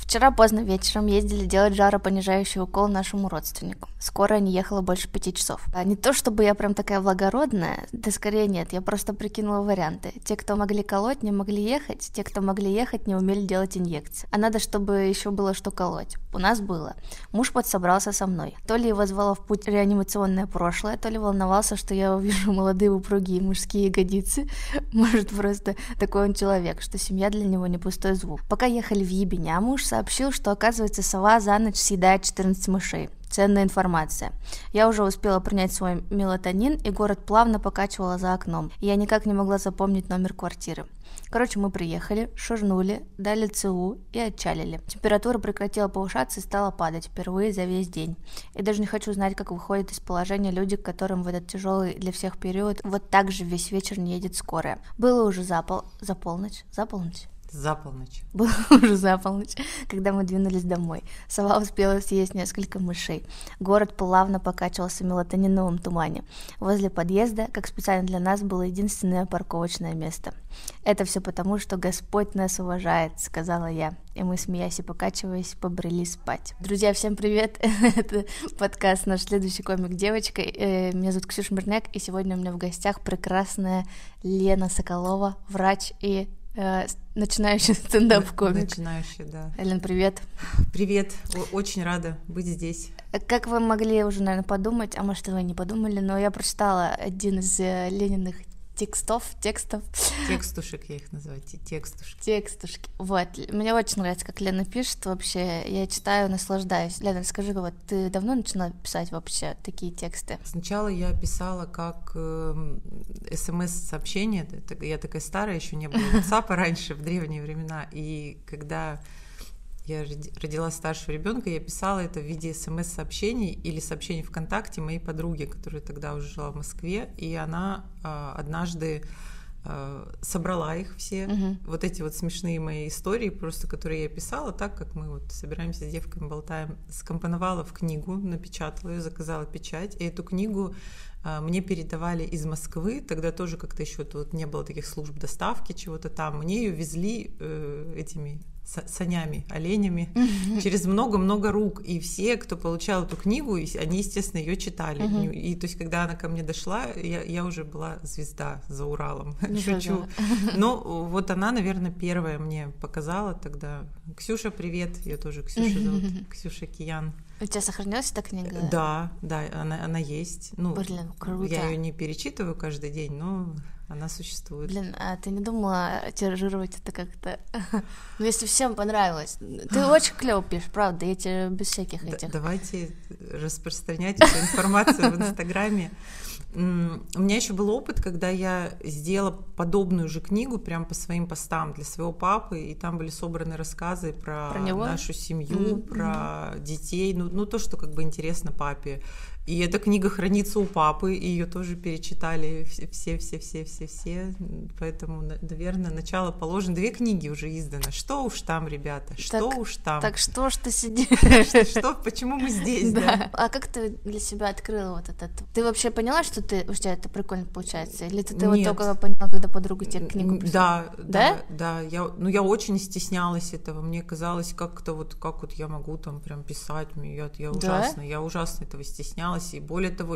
Вчера поздно вечером ездили делать жаропонижающий укол нашему родственнику. Скорая не ехала больше 5 часов. Не то чтобы я прям такая благородная, да скорее нет, я просто прикинула варианты. Те, кто могли колоть, не могли ехать, те, кто могли ехать, не умели делать инъекции. А надо, чтобы еще было что колоть. У нас было. Муж подсобрался со мной. То ли его звало в путь реанимационное прошлое, то ли волновался, что я увижу молодые упругие мужские ягодицы. Может, просто такой он человек, что семья для него не пустой звук. Пока ехали в Ебеня, муж сообщил, что, оказывается, сова за ночь съедает 14 мышей. Ценная информация. Я уже успела принять свой мелатонин, и город плавно покачивала за окном. И я никак не могла запомнить номер квартиры. Короче, мы приехали, шурнули, дали ЦУ и отчалили. Температура прекратила повышаться и стала падать впервые за весь день. И даже не хочу знать, как выходят из положения люди, к которым в этот тяжелый для всех период вот так же весь вечер не едет скорая. Было уже за полночь. Было уже за полночь, когда мы двинулись домой. Сова успела съесть несколько мышей. Город плавно покачивался в мелатониновом тумане. Возле подъезда, как специально для нас, было единственное парковочное место. «Это все потому, что Господь нас уважает», — сказала я. И мы, смеясь и покачиваясь, побрели спать. Друзья, всем привет! Это подкаст «Наш следующий комик девочка». Меня зовут Ксюша Мирняк, и сегодня у меня в гостях прекрасная Лена Соколова, врач и начинающий стендап-комик. Начинающий, да. Лен, привет. Привет, очень рада быть здесь. Как вы могли уже, наверное, подумать, а может, вы не подумали, но я прочитала один из Лениных текстов. Текстушек я их называю, Текстушки. Вот. Мне очень нравится, как Лена пишет вообще. Я читаю, наслаждаюсь. Лена, скажи, вот ты давно начала писать вообще такие тексты? Сначала я писала как СМС-сообщение. Я такая старая, еще не было WhatsApp раньше, в древние времена. И когда я родила старшего ребенка, я писала это в виде СМС-сообщений или сообщений ВКонтакте моей подруге, которая тогда уже жила в Москве, и она однажды собрала их все, вот эти вот смешные мои истории, просто которые я писала, так как мы вот собираемся с девками, болтаем, скомпоновала в книгу, напечатала ее, заказала печать, и эту книгу мне передавали из Москвы, тогда тоже как-то еще тут не было таких служб доставки, чего-то там, мне ее везли этими санями, оленями, через много-много рук. И все, кто получал эту книгу, они, естественно, ее читали. И то есть, когда она ко мне дошла, я уже была звезда за Уралом. Шучу. Но вот она, наверное, первая мне показала тогда. Ксюша, привет. Ее тоже Ксюша зовут. Ксюша Киян. У тебя сохранилась эта книга? Да, она есть. Ну, блин, круто. Я ее не перечитываю каждый день, но она существует. Блин, а ты не думала тиражировать это как-то? Ну, если всем понравилось. Ты очень клево пишешь, правда, я тебе без всяких этих... Давайте распространять эту информацию в Инстаграме. У меня еще был опыт, когда я сделала подобную же книгу прям по своим постам для своего папы, и там были собраны рассказы про нашу семью, про детей, ну то, что как бы интересно папе. И эта книга хранится у папы, и ее тоже перечитали все. Поэтому, наверное, начало положено. 2 книги уже издано. Что уж там, ребята, Так что ж ты сидишь? Почему мы здесь, да? А как ты для себя открыла вот этот? Ты вообще поняла, что у тебя это прикольно получается? Или ты вот только поняла, когда подруга тебе книгу писала? Да. Я очень стеснялась этого. Мне казалось, как вот я могу там прям писать. Я ужасно этого стеснялась. И более того,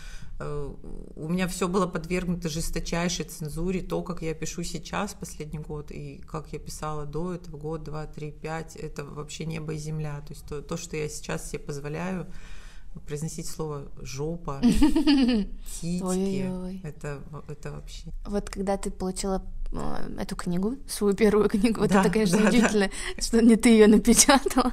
у меня все было подвергнуто жесточайшей цензуре, то, как я пишу сейчас, последний год, и как я писала до этого, год, 2, 3, 5, это вообще небо и земля. То есть то, что я сейчас себе позволяю произносить слово «жопа», «титьки», это вообще... Вот когда ты получила эту книгу, свою первую книгу, вот это, конечно, удивительно, что не ты ее напечатала.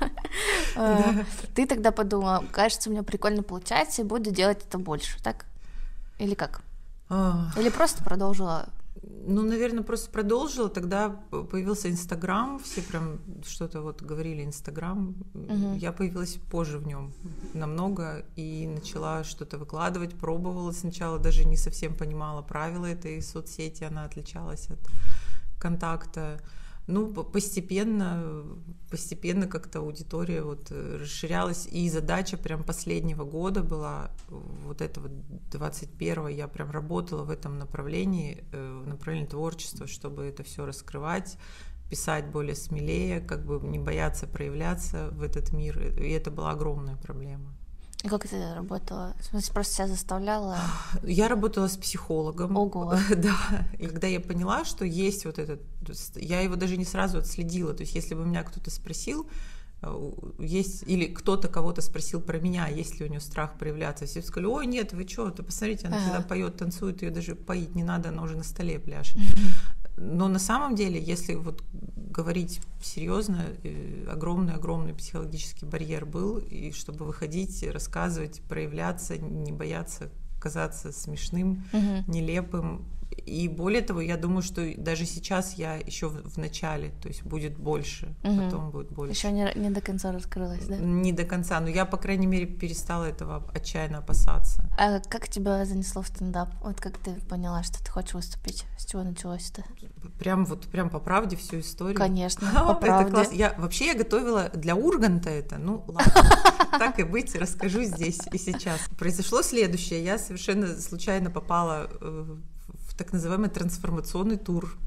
Ты тогда подумала, кажется, у меня прикольно получается, и буду делать это больше, так? Или как? Или просто продолжила? Ну, наверное, просто продолжила. Тогда появился Инстаграм, все прям что-то вот говорили Инстаграм. Я появилась позже в нем намного и начала что-то выкладывать, пробовала сначала, даже не совсем понимала правила этой соцсети, она отличалась от КонтакТа. Ну, постепенно как-то аудитория вот расширялась, и задача прям последнего года была, вот этого 21-го, я прям работала в этом направлении, в направлении творчества, чтобы это все раскрывать, писать более смелее, как бы не бояться проявляться в этот мир. И это была огромная проблема. И как ты работала? В смысле, просто себя заставляла? Я работала с психологом. Ого. Да. И когда я поняла, что есть вот этот... Я его даже не сразу отследила. То есть если бы меня кто-то спросил, есть, или кто-то кого-то спросил про меня, есть ли у нее страх проявляться, все сказали: ой, нет, вы что, то посмотрите, она всегда поет, танцует, ее даже поить не надо, она уже на столе пляшет. Но на самом деле, если вот говорить серьезно, огромный психологический барьер был, и чтобы выходить, рассказывать, проявляться, не бояться казаться смешным, нелепым. И более того, я думаю, что даже сейчас я еще в начале, то есть будет больше, потом будет больше. Еще не до конца раскрылась, да? Не до конца, но я, по крайней мере, перестала этого отчаянно опасаться. А как тебя занесло в стендап? Вот как ты поняла, что ты хочешь выступить? С чего началось-то? Прям по правде всю историю? Конечно, по правде. Это классно. Вообще я готовила для Урганта это, ну ладно, так и быть, расскажу здесь и сейчас. Произошло следующее, я совершенно случайно попала в так называемый трансформационный тур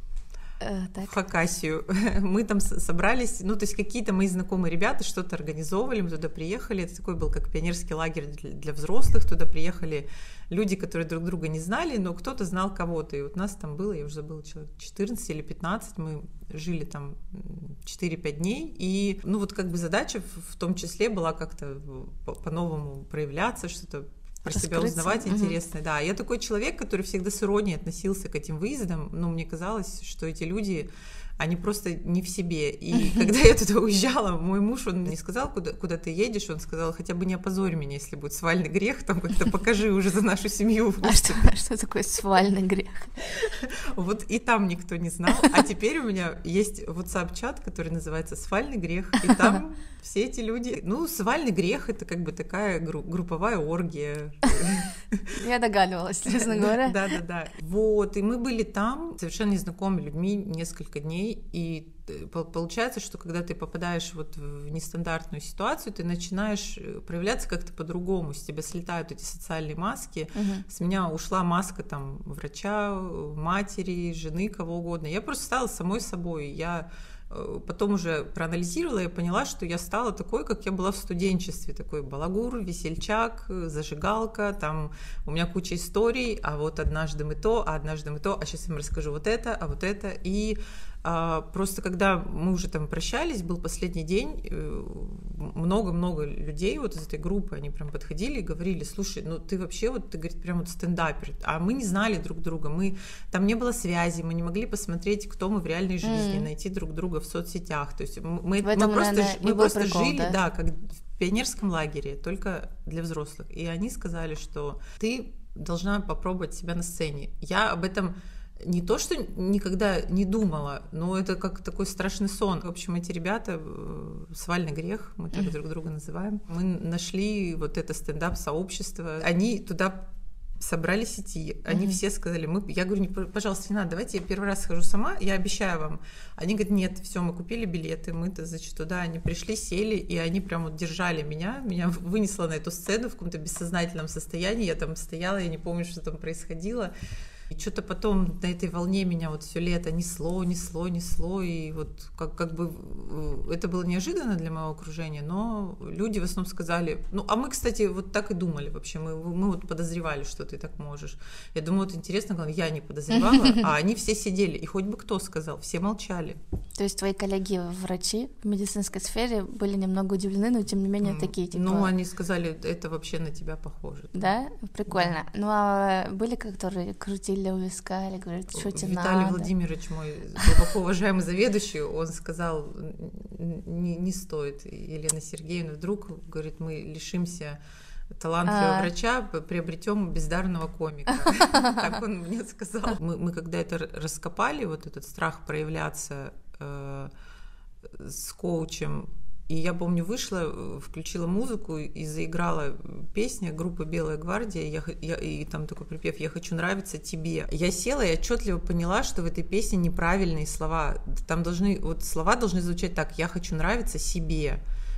в Хакасию. Мы там собрались, ну, то есть какие-то мои знакомые ребята что-то организовывали, мы туда приехали, это такой был как пионерский лагерь для взрослых, туда приехали люди, которые друг друга не знали, но кто-то знал кого-то, и вот нас там было, я уже забыла, человек 14 или 15, мы жили там 4-5 дней, и, ну, вот как бы задача в том числе была как-то по-новому проявляться, что-то про себя узнавать интересное, да. Я такой человек, который всегда с иронией относился к этим выездам, но мне казалось, что эти люди, они просто не в себе. И когда я туда уезжала, мой муж, он не сказал, куда ты едешь, он сказал: хотя бы не опозорь меня, если будет свальный грех, там как-то покажи уже за нашу семью. А что такое свальный грех? Вот и там никто не знал. А теперь у меня есть WhatsApp-чат, который называется «Свальный грех», и там все эти люди... Ну, свальный грех — это как бы такая групповая оргия. Я догадывалась, честно говоря. Да. Вот, и мы были там, совершенно незнакомыми людьми, несколько дней, и получается, что когда ты попадаешь вот в нестандартную ситуацию, ты начинаешь проявляться как-то по-другому, с тебя слетают эти социальные маски, с меня ушла маска там врача, матери, жены, кого угодно, я просто стала самой собой, я потом уже проанализировала и поняла, что я стала такой, как я была в студенчестве, такой балагур, весельчак, зажигалка, там у меня куча историй, а вот однажды мы то, а сейчас я вам расскажу вот это, а вот это, и просто когда мы уже там прощались, был последний день, много-много людей вот из этой группы, они прям подходили и говорили: слушай, ну ты вообще вот, ты, говорит, прям вот стендапер, а мы не знали друг друга, там не было связи, мы не могли посмотреть, кто мы в реальной жизни, найти друг друга в соцсетях, то есть мы просто жили, да, как в пионерском лагере, только для взрослых, и они сказали, что ты должна попробовать себя на сцене. Я об этом не то, что никогда не думала, но это как такой страшный сон. В общем, эти ребята, свальный грех, мы так друг друга называем, мы нашли вот это стендап-сообщество, они туда собрались идти, они все сказали, я говорю: пожалуйста, не надо, давайте я первый раз схожу сама, я обещаю вам. Они говорят: нет, все, мы купили билеты, мы-то, значит, туда, они пришли, сели, и они прям вот держали меня вынесло на эту сцену в каком-то бессознательном состоянии, я там стояла, я не помню, что там происходило. И что-то потом на этой волне меня вот все лето несло, и вот как бы это было неожиданно для моего окружения, но люди в основном сказали, а мы, кстати, вот так и думали вообще, мы вот подозревали, что ты так можешь. Я думаю, вот интересно, главное, я не подозревала, а они все сидели, и хоть бы кто сказал, все молчали. То есть твои коллеги-врачи в медицинской сфере были немного удивлены, но тем не менее такие, типа... Ну, они сказали, это вообще на тебя похоже. Да? Прикольно. Да. Ну, а были, которые крутили у виска или говорят, что тебе надо? Виталий Владимирович, мой глубоко уважаемый заведующий, он сказал, не стоит. Елена Сергеевна вдруг, говорит, мы лишимся талантливого врача, приобретем бездарного комика. Так он мне сказал. Мы когда это раскопали, вот этот страх проявляться с коучем, и я помню, вышла, включила музыку и заиграла песня группы «Белая гвардия», и там такой припев «Я хочу нравиться тебе». Я села и отчетливо поняла, что в этой песне неправильные слова. Там слова должны звучать так: «Я хочу нравиться себе».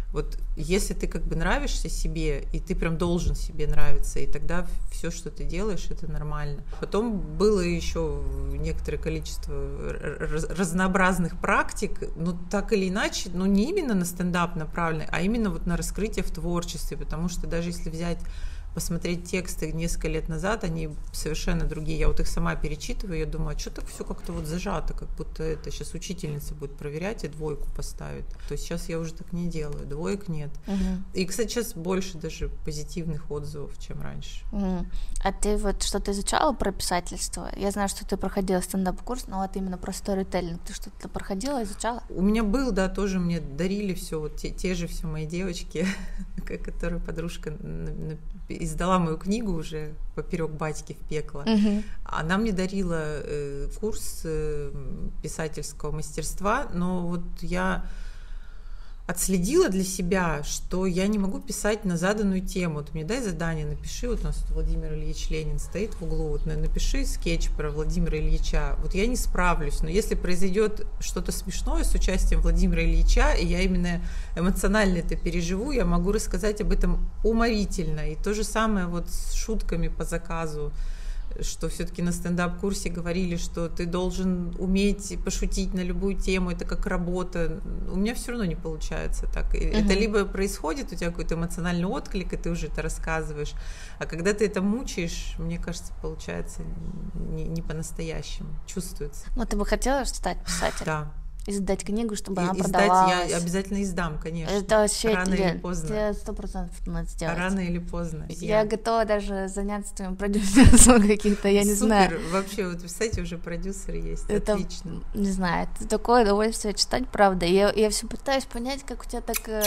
Вот если ты как бы нравишься себе, и ты прям должен себе нравиться, и тогда все, что ты делаешь, это нормально. Потом было еще некоторое количество разнообразных практик, но так или иначе, ну не именно на стендап направленный, а именно вот на раскрытие в творчестве, потому что даже если взять, посмотреть тексты несколько лет назад, они совершенно другие. Я вот их сама перечитываю, я думаю, а что так все как-то вот зажато, как будто это сейчас учительница будет проверять и 2 поставит. То есть сейчас я уже так не делаю, 2 нет. И, кстати, сейчас больше даже позитивных отзывов, чем раньше. А ты вот что-то изучала про писательство? Я знаю, что ты проходила стендап-курс, но вот именно про сторителлинг ты что-то проходила, изучала? У меня был, да, тоже мне дарили все, вот те же все мои девочки, которые подружка издала мою книгу уже «Поперек батьки в пекло». Она мне дарила курс писательского мастерства, но вот я отследила для себя, что я не могу писать на заданную тему. Ты мне дай задание, напиши, вот у нас тут Владимир Ильич Ленин стоит в углу, вот напиши скетч про Владимира Ильича. Вот я не справлюсь, но если произойдет что-то смешное с участием Владимира Ильича, и я именно эмоционально это переживу, я могу рассказать об этом уморительно. И то же самое вот с шутками по заказу, что все-таки на стендап-курсе говорили, что ты должен уметь пошутить на любую тему, это как работа. У меня все равно не получается так. Это либо происходит, у тебя какой-то эмоциональный отклик, и ты уже это рассказываешь, а когда ты это мучаешь, мне кажется, получается не по-настоящему, чувствуется. Ну, ты бы хотела стать писателем? Да. Издать книгу, чтобы она продавалась. Я обязательно издам, конечно. Это вообще рано или поздно. 100% надо сделать. Рано или поздно. Я готова даже заняться твоим продюсерством каких-то, я не знаю. Супер, вообще, вот представляете, уже продюсеры есть, это, отлично. Не знаю, это такое удовольствие читать, правда. Я все пытаюсь понять, как у тебя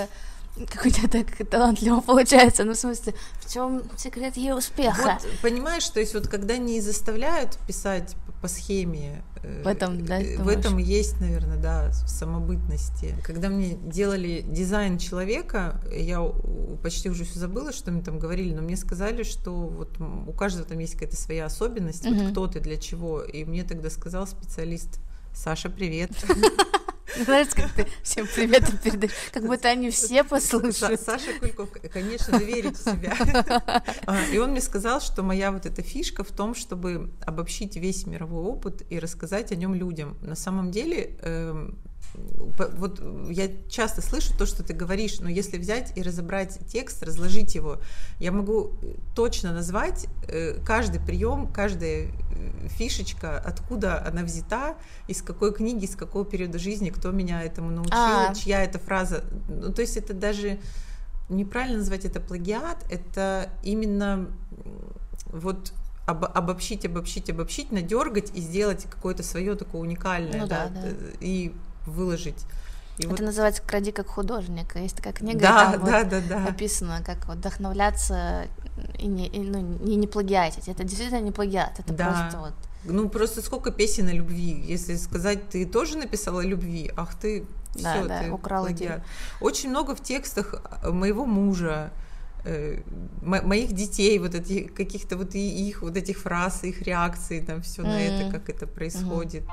так талантливо получается, ну, в смысле, в чем секрет ее успеха? Вот, понимаешь, то есть вот когда не заставляют писать по схеме, в этом, да, в этом есть, наверное, да, в самобытности. Когда мне делали дизайн человека, я почти уже все забыла, что мне там говорили, но мне сказали, что вот у каждого там есть какая-то своя особенность, вот кто ты, для чего, и мне тогда сказал специалист: Саша, привет. Знаешь, как ты всем приветом передаешь, как будто они все послушают. Саша Кульков, конечно, верить в себя. И он мне сказал, что моя вот эта фишка в том, чтобы обобщить весь мировой опыт и рассказать о нем людям. На самом деле, вот я часто слышу то, что ты говоришь, но если взять и разобрать текст, разложить его, я могу точно назвать каждый прием, каждая фишечка, откуда она взята, из какой книги, из какого периода жизни, кто меня этому научил, чья это фраза. Ну, то есть это даже неправильно назвать это плагиат, это именно вот обобщить, надергать и сделать какое-то свое такое уникальное, и выложить. И это называется «Кради как художник». Есть такая книга, да, там написано, как вдохновляться и не плагиатить. Это действительно не плагиат, это просто вот... Ну, просто сколько песен о любви. Если сказать, ты тоже написала о любви, ах ты, всё, ты украла плагиат. Очень много в текстах моего мужа, моих детей, вот этих каких-то вот их вот этих фраз, их реакций, там все на это, как это происходит.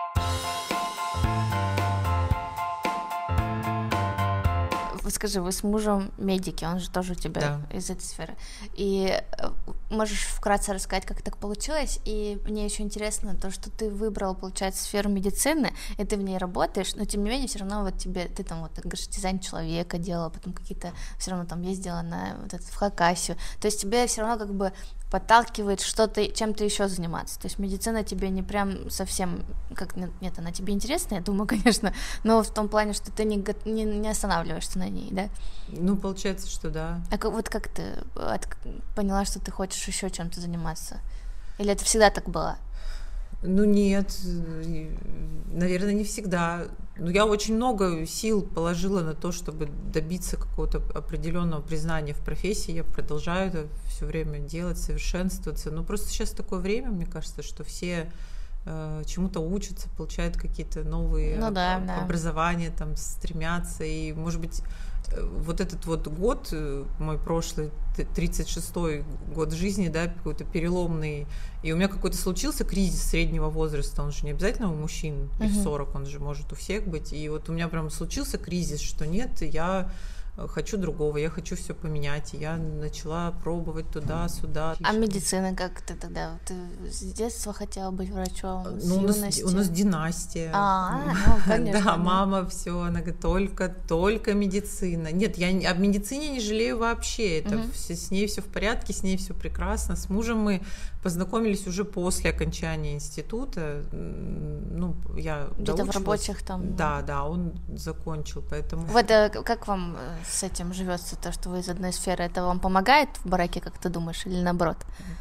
Скажи, вы с мужем медики, он же тоже у тебя из этой сферы. И можешь вкратце рассказать, как так получилось? И мне еще интересно то, что ты выбрала, получается, сферу медицины, и ты в ней работаешь, но тем не менее все равно вот ты там вот говоришь, дизайн человека делала, потом какие-то все равно там ездила на вот этот в Хакасию. То есть тебе все равно как бы подталкивает что-то, чем-то еще заниматься. То есть медицина тебе не прям совсем, нет, она тебе интересна, я думаю, конечно, но в том плане, что ты не останавливаешься на ней, да? Ну, получается, что да. А вот как ты поняла, что ты хочешь еще чем-то заниматься? Или это всегда так было? Ну, нет, наверное, не всегда. Но я очень много сил положила на то, чтобы добиться какого-то определенного признания в профессии. Я продолжаю это все время делать, совершенствоваться. Но просто сейчас такое время, мне кажется, что все чему-то учатся, получают какие-то новые образования, там, стремятся. И, может быть, вот этот вот год, мой прошлый, 36-й год жизни, да, какой-то переломный, и у меня какой-то случился кризис среднего возраста, он же не обязательно у мужчин, и в 40, он же может у всех быть, и вот у меня прям случился кризис, что нет, я хочу другого, я хочу все поменять. И я начала пробовать туда-сюда. А медицина как ты тогда? Ты с детства хотела быть врачом? Ну, у нас династия. Ну, конечно. Да, мама все, она говорит, только медицина. Нет, я об медицине не жалею вообще. Это с ней все в порядке, с ней все прекрасно. С мужем мы познакомились уже после окончания института. Ну, я где-то в рабочих там. Да, он закончил, поэтому. Вот как вам с этим живется, то, что вы из одной сферы? Это вам помогает в браке, как ты думаешь, или наоборот?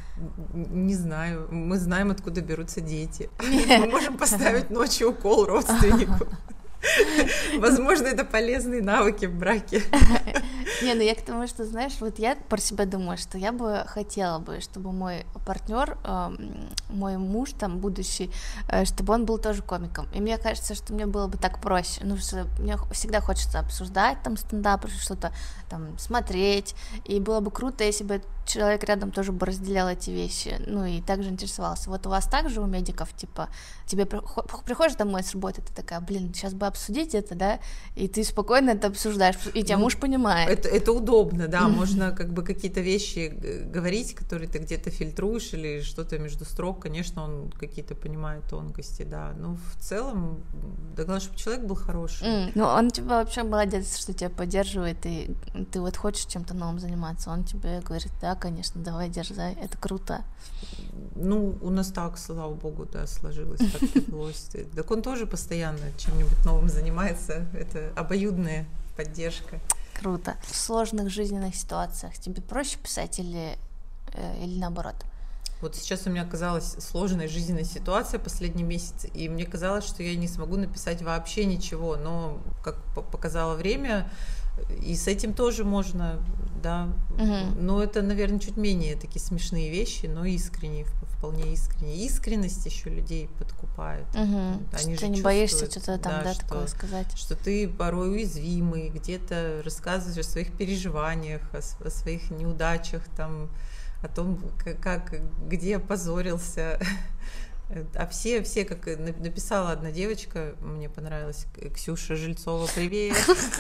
Не знаю. Мы знаем, откуда берутся дети. Мы можем поставить ночью укол родственнику. Возможно, это полезные навыки в браке. Не, ну я к тому, что, знаешь, вот я про себя думаю, что я бы хотела бы, чтобы мой партнер, мой муж там будущий, чтобы он был тоже комиком. И мне кажется, что мне было бы так проще. Ну, что мне всегда хочется обсуждать там стендап, что-то там смотреть. И было бы круто, если бы человек рядом тоже бы разделял эти вещи, ну и также интересовался. Вот у вас также у медиков, типа, тебе приходишь домой с работы, ты такая, блин, сейчас бы обсудить это, да, и ты спокойно это обсуждаешь, и тебя муж понимает. Это удобно, да, можно как бы какие-то вещи говорить, которые ты где-то фильтруешь или что-то между строк, конечно, он какие-то понимает тонкости, да, но в целом, да, главное, чтобы человек был хороший. Ну, он тебя вообще молодец, что тебя поддерживает, и ты вот хочешь чем-то новым заниматься, он тебе говорит, да, конечно, давай, дерзай, это круто. Ну, у нас так, слава богу, да, сложилось, так повелось. Так он тоже постоянно чем-нибудь новым занимается, это обоюдная поддержка. Круто. В сложных жизненных ситуациях тебе проще писать или наоборот? Вот сейчас у меня оказалась сложная жизненная ситуация последний месяц, и мне казалось, что я не смогу написать вообще ничего, но, как показало время, и с этим тоже можно, да, но это, наверное, чуть менее такие смешные вещи, но искренние, вполне искренние. Искренность еще людей подкупает. Они ты не боишься что-то там, да, такое сказать? Что ты порой уязвимый, где-то рассказываешь о своих переживаниях, о своих неудачах, там, о том, где опозорился. А все, как написала одна девочка, мне понравилась, Ксюша Жильцова, привет.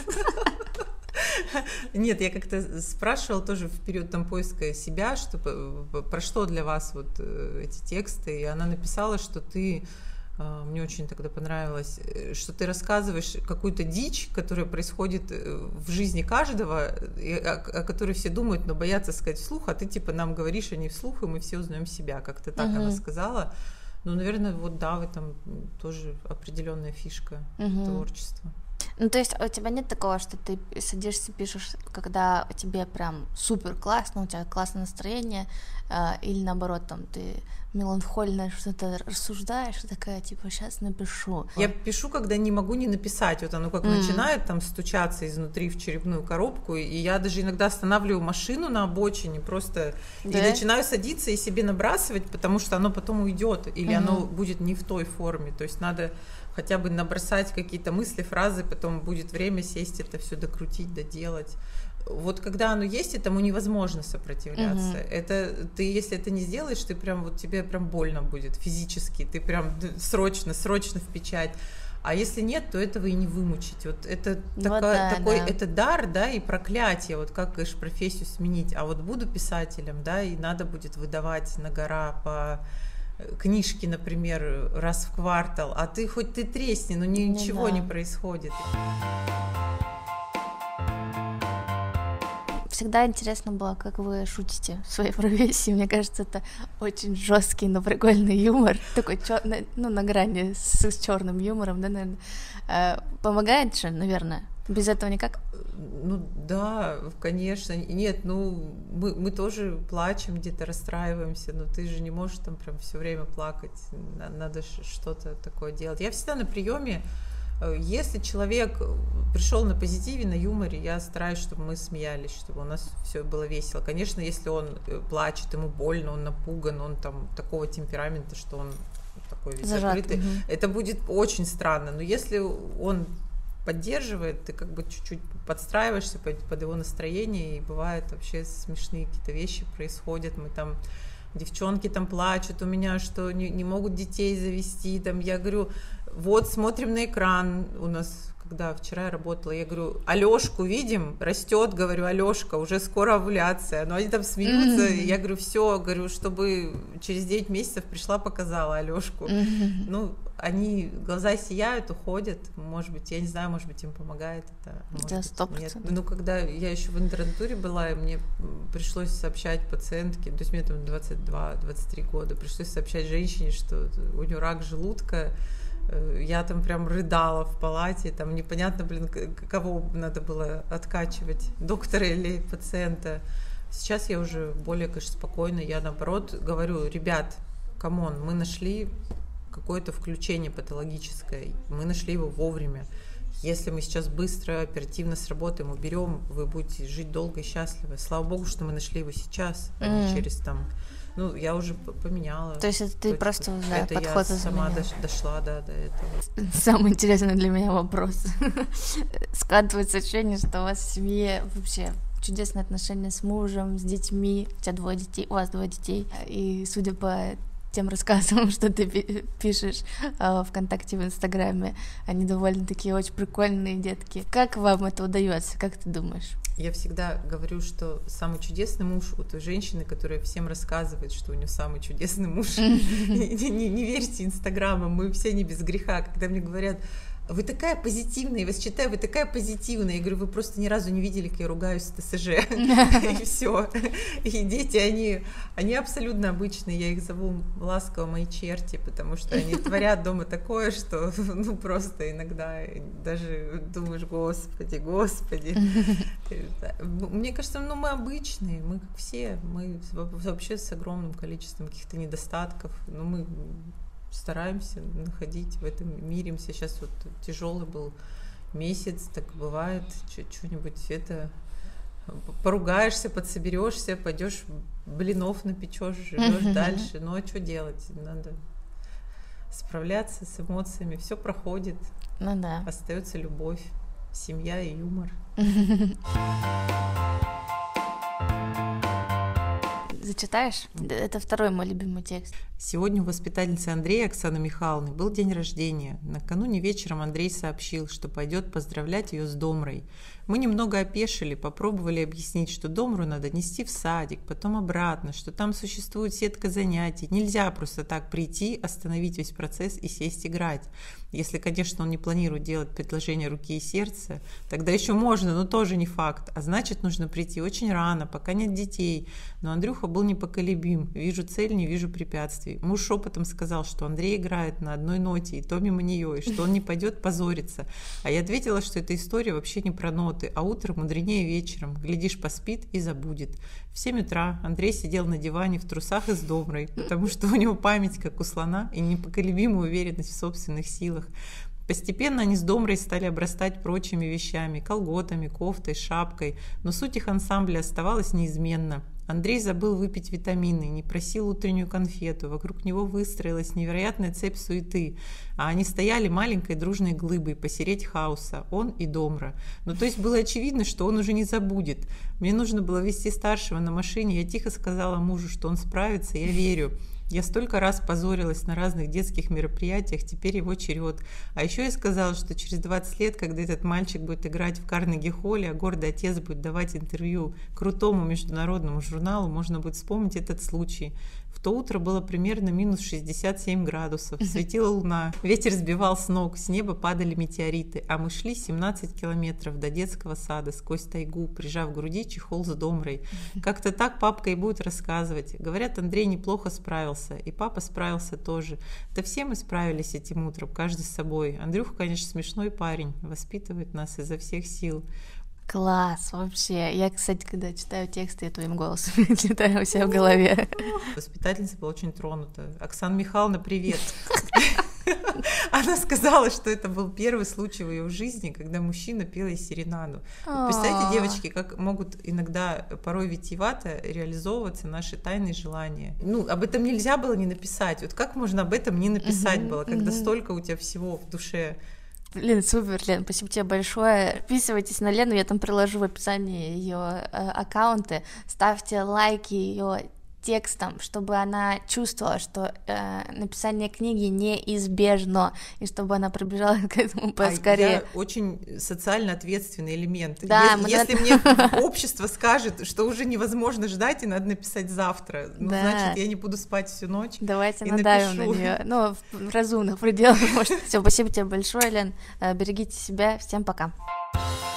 Нет, я как-то спрашивала тоже в период там поиска себя, про что для вас вот эти тексты, и она написала, что ты, мне очень тогда понравилось, что ты рассказываешь какую-то дичь, которая происходит в жизни каждого, о которой все думают, но боятся сказать вслух, а ты типа нам говоришь, а не вслух, и мы все узнаем себя, как-то так она сказала. Ну, наверное, вот да, в этом тоже определенная фишка творчества. Ну, то есть у тебя нет такого, что ты садишься, пишешь, когда тебе прям супер классно, у тебя классное настроение, или наоборот, там, ты меланхольно что-то рассуждаешь, и такая, типа, сейчас напишу. Я пишу, когда не могу не написать, вот оно как начинает там стучаться изнутри в черепную коробку, и я даже иногда останавливаю машину на обочине просто, и начинаю садиться и себе набрасывать, потому что оно потом уйдет, или оно будет не в той форме, то есть надо хотя бы набросать какие-то мысли, фразы, потом будет время сесть это все докрутить, доделать. Вот когда оно есть, этому невозможно сопротивляться. Это ты, если это не сделаешь, ты прям вот тебе прям больно будет физически, ты прям срочно в печать. А если нет, то этого и не вымучить. Вот это такой это дар, да, и проклятие. Вот как, конечно, профессию сменить. А вот буду писателем, да, и надо будет выдавать на гора по книжки, например, раз в квартал, а ты хоть ты тресни, но ничего не происходит. Всегда интересно было, как вы шутите в своей профессии. Мне кажется, это очень жесткий, но прикольный юмор, такой на грани с черным юмором, да, наверное. Помогает же, наверное. Без этого никак? Ну да, конечно. Нет, ну мы тоже плачем, где-то расстраиваемся, но ты же не можешь там прям все время плакать. Надо что-то такое делать. Я всегда на приеме, если человек пришел на позитиве, на юморе, я стараюсь, чтобы мы смеялись, чтобы у нас все было весело. Конечно, если он плачет, ему больно, он напуган, он там такого темперамента, что он такой весь закрытый, это будет очень странно. Но если он поддерживает, ты как бы чуть-чуть подстраиваешься под его настроение, и бывают вообще смешные какие-то вещи происходят, мы там, девчонки там плачут у меня, что не могут детей завести, там, я говорю, вот смотрим на экран, у нас когда вчера я работала, я говорю, Алёшку видим, растет, говорю, Алёшка, уже скоро овуляция, но они там смеются, я говорю, все, говорю, чтобы через 9 месяцев пришла, показала Алёшку. Ну, они, глаза сияют, уходят, может быть, я не знаю, может быть, им помогает это. Да, 100%. Ну, когда я еще в интернатуре была, и мне пришлось сообщать пациентке, то есть мне там 22-23 года, пришлось сообщать женщине, что у нее рак желудка. Я там прям рыдала в палате, там непонятно, кого надо было откачивать, доктора или пациента. Сейчас я уже более, конечно, спокойна, я наоборот говорю, ребят, камон, мы нашли какое-то включение патологическое, мы нашли его вовремя. Если мы сейчас быстро, оперативно сработаем, уберем, вы будете жить долго и счастливо. Слава богу, что мы нашли его сейчас, а не через там... Ну, я уже поменяла. То есть это ты просто, да, подход я сама дошла, да, до этого. Самый интересный для меня вопрос. Складывается ощущение, что у вас в семье вообще чудесные отношения с мужем, с детьми, у тебя 2 детей, у вас 2 детей, и судя по тем рассказам, что ты пишешь ВКонтакте, в Инстаграме, они довольно такие очень прикольные детки. Как вам это удается, как ты думаешь? Я всегда говорю, что самый чудесный муж у той женщины, которая всем рассказывает, что у нее самый чудесный муж. Не верьте Инстаграмам, мы все не без греха. Когда мне говорят, вы такая позитивная, я вас читаю, вы такая позитивная. Я говорю, вы просто ни разу не видели, как я ругаюсь с ТСЖ. И все. И дети, они абсолютно обычные. Я их зову ласково мои черти, потому что они творят дома такое, что ну просто иногда даже думаешь, господи. Мне кажется, ну мы обычные, мы как все, мы вообще с огромным количеством каких-то недостатков, но мы стараемся находить в этом, миримся. Сейчас вот тяжелый был месяц, так бывает, что-нибудь это поругаешься, подсоберешься, пойдешь блинов напечешь, живешь дальше. Ну а что делать? Надо справляться с эмоциями. Все проходит. Ну да. Остается любовь, семья и юмор. Зачитаешь? Это второй мой любимый текст. Сегодня у воспитательницы Андрея, Оксаны Михайловны, был день рождения. Накануне вечером Андрей сообщил, что пойдет поздравлять ее с Домрой. Мы немного опешили, попробовали объяснить, что Домру надо нести в садик, потом обратно, что там существует сетка занятий. Нельзя просто так прийти, остановить весь процесс и сесть играть. Если, конечно, он не планирует делать предложение руки и сердца, тогда еще можно, но тоже не факт. А значит, нужно прийти очень рано, пока нет детей. Но Андрюха был непоколебим. Вижу цель, не вижу препятствий. Муж шепотом сказал, что Андрей играет на одной ноте, и то мимо нее, и что он не пойдет позориться. А я ответила, что эта история вообще не про ноты, а утром мудренее вечером. Глядишь, поспит и забудет. В 7 утра Андрей сидел на диване в трусах и с Домрой, потому что у него память как у слона и непоколебимая уверенность в собственных силах. Постепенно они с Домрой стали обрастать прочими вещами, колготами, кофтой, шапкой, но суть их ансамбля оставалась неизменна. Андрей забыл выпить витамины, не просил утреннюю конфету, вокруг него выстроилась невероятная цепь суеты, а они стояли маленькой дружной глыбой посередь хаоса, он и Домра. Ну, то есть было очевидно, что он уже не забудет. Мне нужно было везти старшего на машине, я тихо сказала мужу, что он справится, я верю. Я столько раз позорилась на разных детских мероприятиях, теперь его черед. А еще я сказала, что через 20 лет, когда этот мальчик будет играть в Карнеги-холле, а гордый отец будет давать интервью крутому международному журналу, можно будет вспомнить этот случай. В то утро было примерно минус 67 градусов, светила луна, ветер сбивал с ног, с неба падали метеориты, а мы шли 17 километров до детского сада сквозь тайгу, прижав к груди чехол с Домрой. Как-то так папка и будет рассказывать. Говорят, Андрей неплохо справился, и папа справился тоже. Да все мы справились этим утром, каждый с собой. Андрюха, конечно, смешной парень, воспитывает нас изо всех сил. Класс, вообще. Я, кстати, когда читаю тексты, я твоим голосом читаю у себя в голове. Воспитательница была очень тронута. Оксана Михайловна, привет. Она сказала, что это был первый случай в ее жизни, когда мужчина пел ей серенаду. Вот представьте, девочки, как могут иногда порой витиевато реализовываться наши тайные желания. Ну, об этом нельзя было не написать. Вот как можно об этом не написать было, когда столько у тебя всего в душе? Лен, супер, Лен, спасибо тебе большое. Подписывайтесь на Лену, я там приложу в описании ее аккаунты, ставьте лайки ее текстом, чтобы она чувствовала, что написание книги неизбежно, и чтобы она прибежала к этому поскорее. Я очень социально ответственный элемент. Да, если мне общество скажет, что уже невозможно ждать и надо написать завтра, значит, я не буду спать всю ночь. Давайте и надавим напишу. на нее. В разумных пределах. Все, спасибо тебе большое, Лен. Берегите себя. Всем пока.